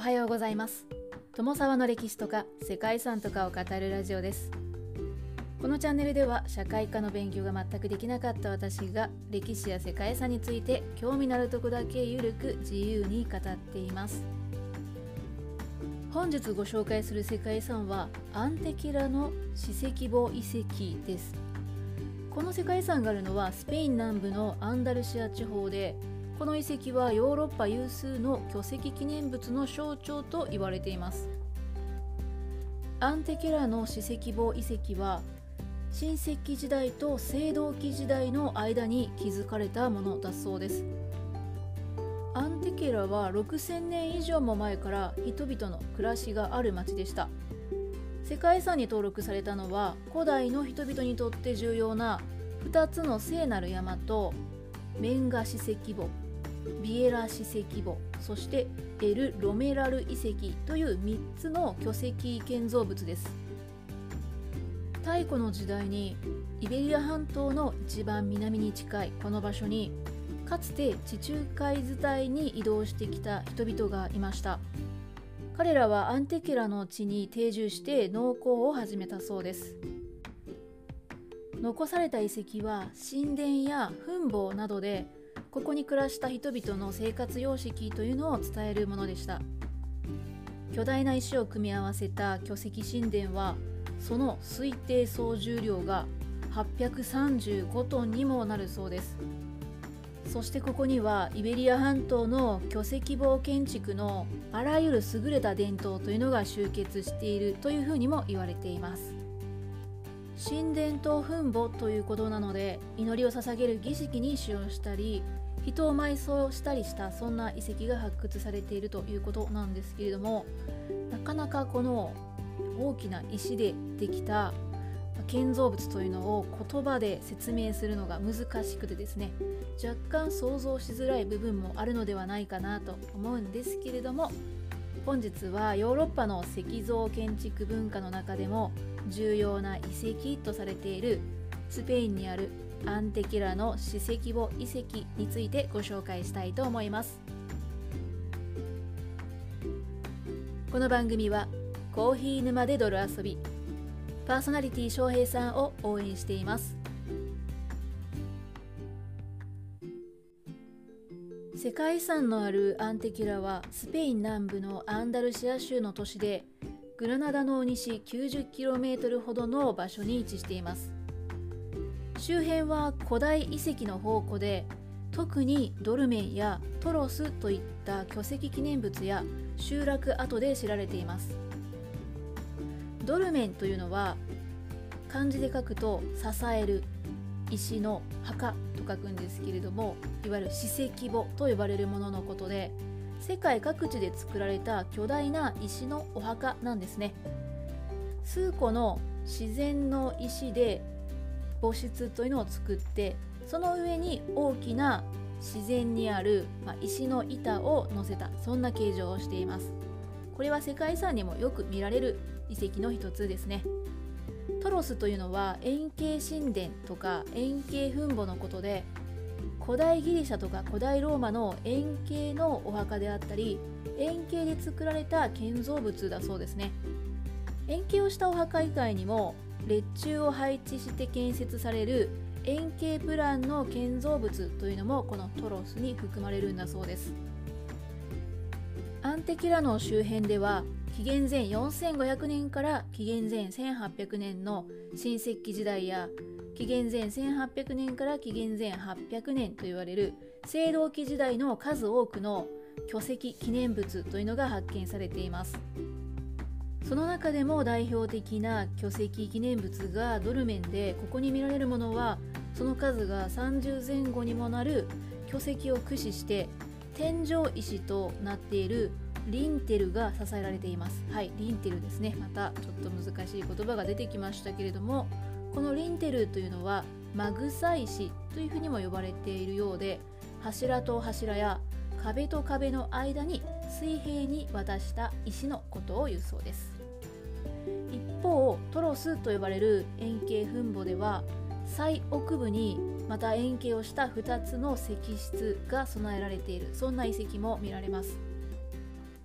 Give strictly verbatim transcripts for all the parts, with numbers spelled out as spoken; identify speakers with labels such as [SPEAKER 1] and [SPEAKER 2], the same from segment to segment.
[SPEAKER 1] はようございます。友沢の歴史とか世界遺産とかを語るラジオです。このチャンネルでは社会科の勉強が全くできなかった私が歴史や世界遺産について興味のあるとこだけゆるく自由に語っています。本日ご紹介する世界遺産はアンテキラの史跡墓遺跡です。この世界遺産があるのはスペイン南部のアンダルシア地方で、この遺跡はヨーロッパ有数の巨石記念物の象徴と言われています。アンテケラの史跡墓遺跡は新石器時代と青銅器時代の間に築かれたものだそうです。アンテケラはろくせんねん以上も前から人々の暮らしがある町でした。世界遺産に登録されたのは古代の人々にとって重要なふたつの聖なる山とメンガ史跡墓、ビエラ史跡墓、そしてエル・ロメラル遺跡というみっつの巨石建造物です。太古の時代にイベリア半島の一番南に近いこの場所に、かつて地中海伝いに移動してきた人々がいました。彼らはアンテケラの地に定住して農耕を始めたそうです。残された遺跡は神殿や墳墓などで、ここに暮らした人々の生活様式というのを伝えるものでした。巨大な石を組み合わせた巨石神殿は、その推定総重量がはっぴゃくさんじゅうごトンにもなるそうです。そしてここにはイベリア半島の巨石墓建築のあらゆる優れた伝統というのが集結しているというふうにも言われています。神殿と墳墓ということなので、祈りを捧げる儀式に使用したり、人を埋葬したりした、そんな遺跡が発掘されているということなんですけれども、なかなかこの大きな石でできた建造物というのを言葉で説明するのが難しくてですね、若干想像しづらい部分もあるのではないかなと思うんですけれども、本日はヨーロッパの石造建築文化の中でも重要な遺跡とされているスペインにあるアンテケラの史跡墓遺跡についてご紹介したいと思います。この番組はコーヒー沼で泥遊び、パーソナリティ翔平さんを応援しています。世界遺産のあるアンテケラはスペイン南部のアンダルシア州の都市で、グラナダの西 きゅうじゅっキロメートル ほどの場所に位置しています。周辺は古代遺跡の宝庫で、特にドルメンやトロスといった巨石記念物や集落跡で知られています。ドルメンというのは漢字で書くと支える、石の墓と書くんですけれども、いわゆる史跡墓と呼ばれるもののことで、世界各地で作られた巨大な石のお墓なんですね。数個の自然の石で墓室というのを作って、その上に大きな自然にある、まあ、石の板を乗せた、そんな形状をしています。これは世界遺産にもよく見られる遺跡の一つですね。トロスというのは円形神殿とか円形墳墓のことで、古代ギリシャとか古代ローマの円形のお墓であったり、円形で作られた建造物だそうですね。円形をしたお墓以外にも、列柱を配置して建設される円形プランの建造物というのもこのトロスに含まれるんだそうです。アンテキラの周辺では紀元前よんせんごひゃくねんから紀元前せんはっぴゃくねんの新石器時代や、紀元前せんはっぴゃくねんから紀元前はっぴゃくねんと言われる青銅器時代の数多くの巨石記念物というのが発見されています。その中でも代表的な巨石記念物がドルメンで、ここに見られるものはその数がさんじゅうぜん後にもなる巨石を駆使して天井石となっているリンテルが支えられています。はい、リンテルですね。またちょっと難しい言葉が出てきましたけれども、このリンテルというのはマグサ石というふうにも呼ばれているようで、柱と柱や壁と壁の間に水平に渡した石のことを言うそうです。一方、トロスと呼ばれる円形墳墓では、最奥部にまた円形をしたふたつの石室が備えられている、そんな遺跡も見られます。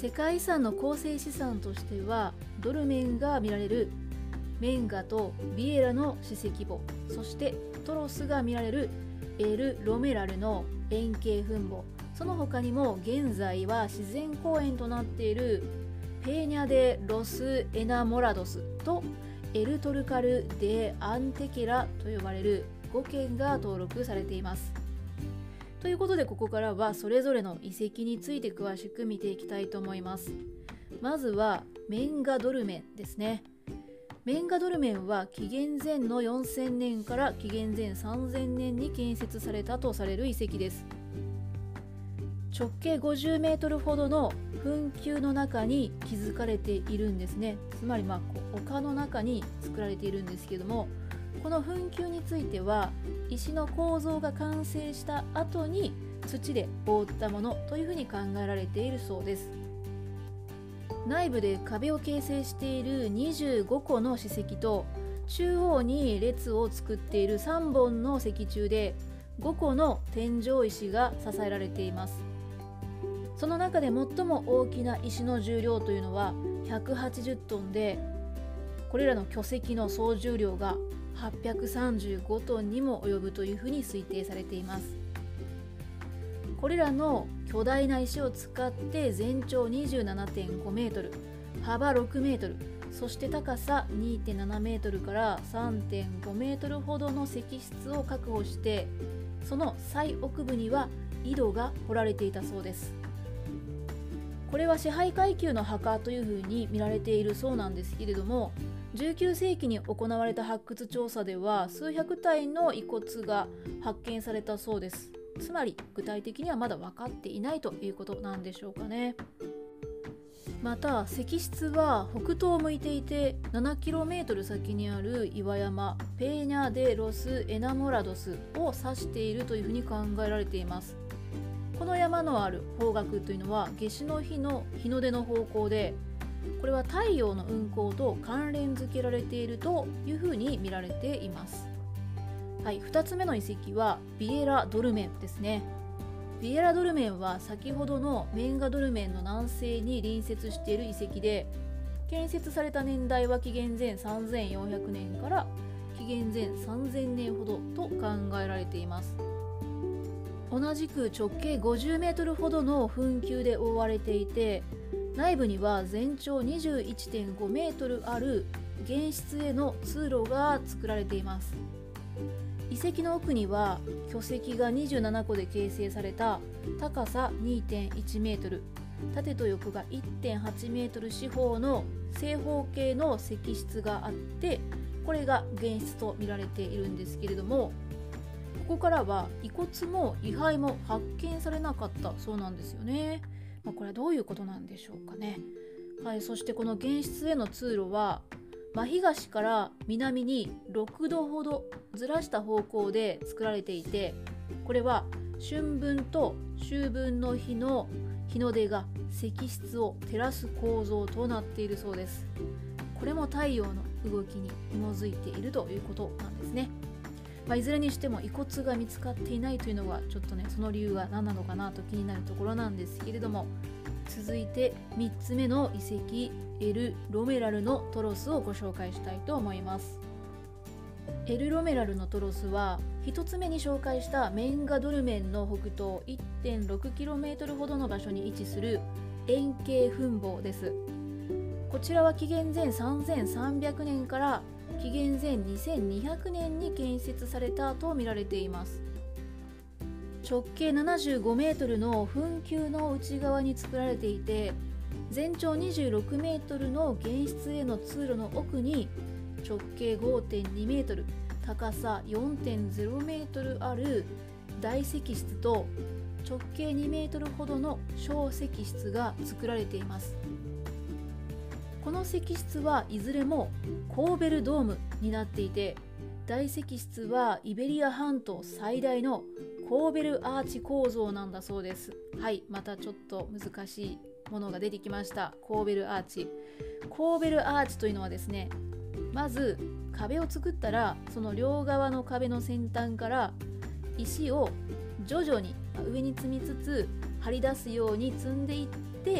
[SPEAKER 1] 世界遺産の構成資産としてはドルメンが見られるメンガとビエラの史跡墓、そしてトロスが見られるエル・ロメラルの円形墳墓、その他にも現在は自然公園となっているペーニャ・デ・ロス・エナモラドスとエル・トルカル・デ・アンテケラと呼ばれるごけんが登録されています。ということで、ここからはそれぞれの遺跡について詳しく見ていきたいと思います。まずはメンガドルメンですね。メンガドルメンは紀元前のよんせんねんから紀元前さんぜんねんに建設されたとされる遺跡です。直径ごじゅうメートルほどの墳丘の中に築かれているんですね。つまりまあこう丘の中に作られているんですけども、この墳丘については石の構造が完成した後に土で覆ったものというふうに考えられているそうです。内部で壁を形成しているにじゅうごこの史跡と中央に列を作っているさんぼんの石柱でごこの天井石が支えられています。その中で最も大きな石の重量というのはひゃくはちじゅっトンで、これらの巨石の総重量がはっぴゃくさんじゅうごトンにも及ぶというふうに推定されています。これらの巨大な石を使って全長 にじゅうななてんごメートル、幅ろくメートル、そして高さ にてんななメートルから さんてんごメートルほどの石室を確保して、その最奥部には井戸が掘られていたそうです。これは支配階級の墓というふうに見られているそうなんですけれども、じゅうきゅうせいきに行われた発掘調査では数百体の遺骨が発見されたそうです。つまり具体的にはまだ分かっていないということなんでしょうかね。また石室は北東を向いていてななキロメートル先にある岩山ペーニャ・デ・ロス・エナモラドスを指しているというふうに考えられています。この山のある方角というのは夏至の日の日の出の方向で、これは太陽の運行と関連づけられているというふうに見られています。はい、ふたつめの遺跡はビエラ・ドルメンですね。ビエラ・ドルメンは先ほどのメンガドルメンの南西に隣接している遺跡で、建設された年代は紀元前さんぜんよんひゃくねんから紀元前さんぜんねんほどと考えられています。同じく直径ごじゅうメートルほどの墳丘で覆われていて、内部には全長 にじゅういってんごメートルある玄室への通路が作られています。遺跡の奥には巨石がにじゅうななこで形成された高さ にてんいちメートル、縦と横が いってんはちメートル四方の正方形の石室があって、これが玄室と見られているんですけれども、ここからは遺骨も遺骸も発見されなかったそうなんですよね。まあ、これはどういうことなんでしょうかね。はい、そしてこの玄室への通路は真東から南にろくどほどずらした方向で作られていて、これは春分と秋分の日の日の出が石室を照らす構造となっているそうです。これも太陽の動きに紐づいているということなんですね。まあ、いずれにしても遺骨が見つかっていないというのはちょっとね、その理由は何なのかなと気になるところなんですけれども、続いてみっつめの遺跡エル・ロメラルのトロスをご紹介したいと思います。エル・ロメラルのトロスはひとつめに紹介したメンガドルメンの北東 いってんろくキロメートル ほどの場所に位置する円形墳墓です。こちらは紀元前さんぜんさんびゃくねんから紀元前にせんにひゃくねんに建設されたと見られています。直径ななじゅうごメートルの墳丘の内側に作られていて、全長にじゅうろくメートルの玄室への通路の奥に直径 ごてんにメートル、高さ よんてんゼロメートルある大石室と直径にメートルほどの小石室が作られています。この石室はいずれもコーベルドームになっていて、大石室はイベリア半島最大のコーベルアーチ構造なんだそうです。はい、またちょっと難しいものが出てきました。コーベルアーチ。コーベルアーチというのはですね、まず壁を作ったら、その両側の壁の先端から石を徐々に上に積みつつ張り出すように積んでいって、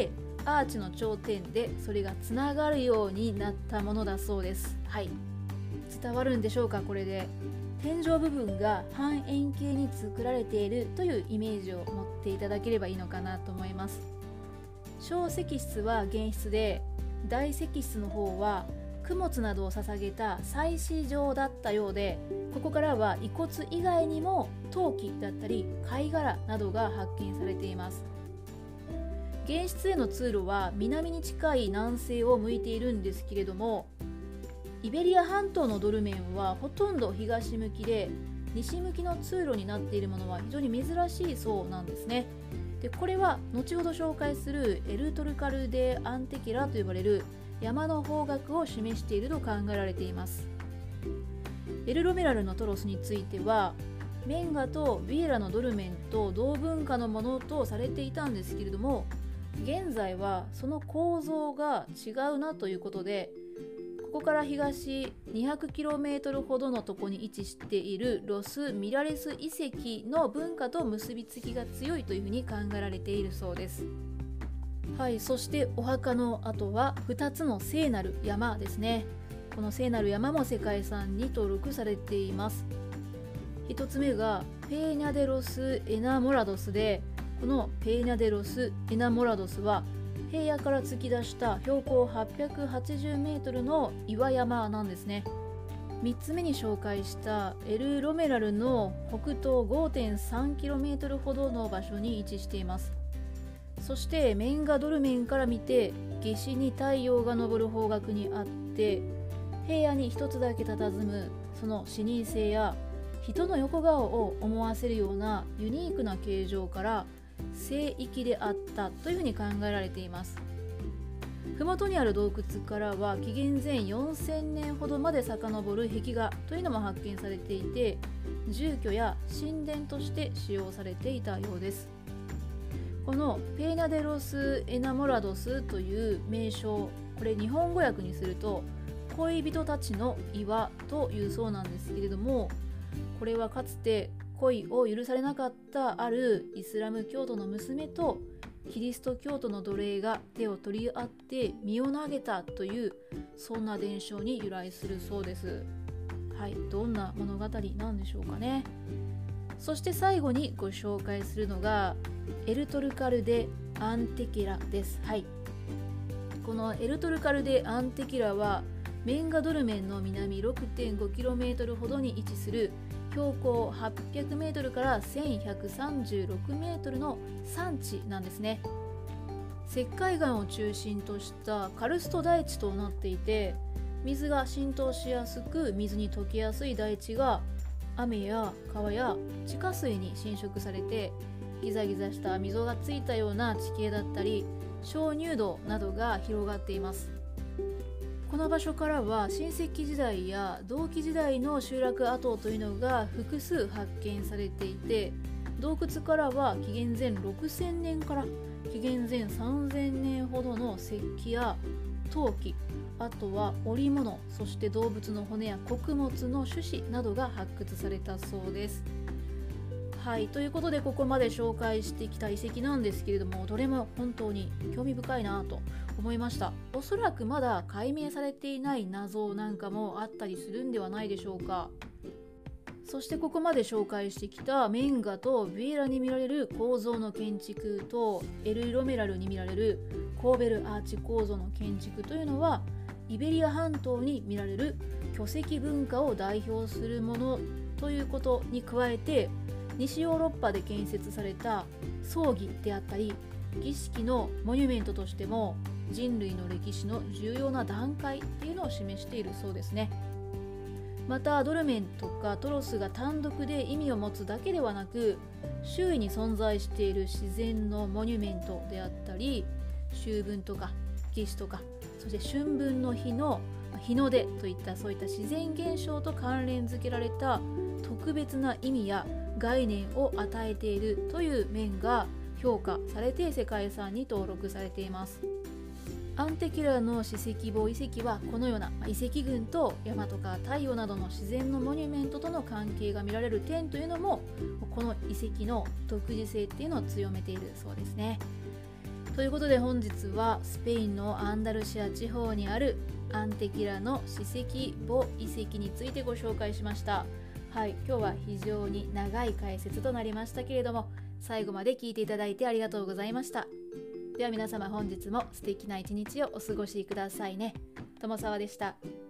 [SPEAKER 1] アーチの頂点でそれがつながるようになったものだそうです。はい、伝わるんでしょうか。これで天井部分が半円形に作られているというイメージを持っていただければいいのかなと思います。小石室は原室で、大石室の方は供物などを捧げた祭祀場だったようで、ここからは遺骨以外にも陶器だったり貝殻などが発見されています。原室への通路は南に近い南西を向いているんですけれども、イベリア半島のドルメンはほとんど東向きで、西向きの通路になっているものは非常に珍しいそうなんですね。でこれは後ほど紹介するエルトルカル・デ・アンテキラと呼ばれる山の方角を示していると考えられています。エルロメラルのトロスについては、メンガとビエラのドルメンと同文化のものとされていたんですけれども、現在はその構造が違うなということで、ここから東 にひゃくキロメートル ほどのところに位置しているロス・ミラレス遺跡の文化と結びつきが強いというふうに考えられているそうです。はい、そしてお墓の後はふたつの聖なる山ですね。この聖なる山も世界遺産に登録されています。ひとつめがペーニャデロス・エナモラドスで、このペーニャデロス・エナモラドスは平野から突き出した標高はっぴゃくはちじゅうメートルの岩山なんですね。みっつめに紹介したエル・ロメラルの北東 ごてんさんキロメートル ほどの場所に位置しています。そしてメンガドルメンから見て夏至に太陽が昇る方角にあって、平野に一つだけ佇むその視認性や人の横顔を思わせるようなユニークな形状から聖域であったというふうに考えられています。麓にある洞窟からは紀元前よんせんねんほどまで遡る壁画というのも発見されていて、住居や神殿として使用されていたようです。このペーナデロス・エナモラドスという名称、これ日本語訳にすると恋人たちの岩というそうなんですけれども、これはかつて恋を許されなかったあるイスラム教徒の娘とキリスト教徒の奴隷が手を取り合って身を投げたという、そんな伝承に由来するそうです。はい、どんな物語なんでしょうかね。そして最後にご紹介するのがエルトルカル・デ・アンテキラです。はい、このエルトルカル・デ・アンテキラはメンガドルメンの南 ろくてんごキロメートル ほどに位置する標高はっぴゃくメートルからせんひゃくさんじゅうろくメートルの山地なんですね。石灰岩を中心としたカルスト大地となっていて、水が浸透しやすく水に溶けやすい大地が雨や川や地下水に浸食されて、ギザギザした溝がついたような地形だったり鍾乳洞などが広がっています。この場所からは新石器時代や銅器時代の集落跡というのが複数発見されていて、洞窟からは紀元前ろくせんねんから紀元前さんぜんねんほどの石器や陶器、あとは織物、そして動物の骨や穀物の種子などが発掘されたそうです。はい、ということでここまで紹介してきた遺跡なんですけれども、どれも本当に興味深いなと思いました。おそらくまだ解明されていない謎なんかもあったりするんではないでしょうか。そしてここまで紹介してきたメンガとビエラに見られる構造の建築とエル・ロメラルに見られるコーベルアーチ構造の建築というのは、イベリア半島に見られる巨石文化を代表するものということに加えて、西ヨーロッパで建設された葬儀であったり儀式のモニュメントとしても人類の歴史の重要な段階っていうのを示しているそうですね。またドルメンとかトロスが単独で意味を持つだけではなく、周囲に存在している自然のモニュメントであったり秋分とか夏至とか、そして春分の日の日の出といったそういった自然現象と関連づけられた特別な意味や概念を与えているという面が評価されて世界遺産に登録されています。アンテキラの史跡墓遺跡はこのような遺跡群と山とか太陽などの自然のモニュメントとの関係が見られる点というのも、この遺跡の独自性っていうのを強めているそうですね。 ということで本日はスペインのアンダルシア地方にあるアンテキラの史跡墓遺跡についてご紹介しました。はい、今日は非常に長い解説となりましたけれども、最後まで聞いていただいてありがとうございました。では皆様、本日も素敵な一日をお過ごしくださいね。友沢でした。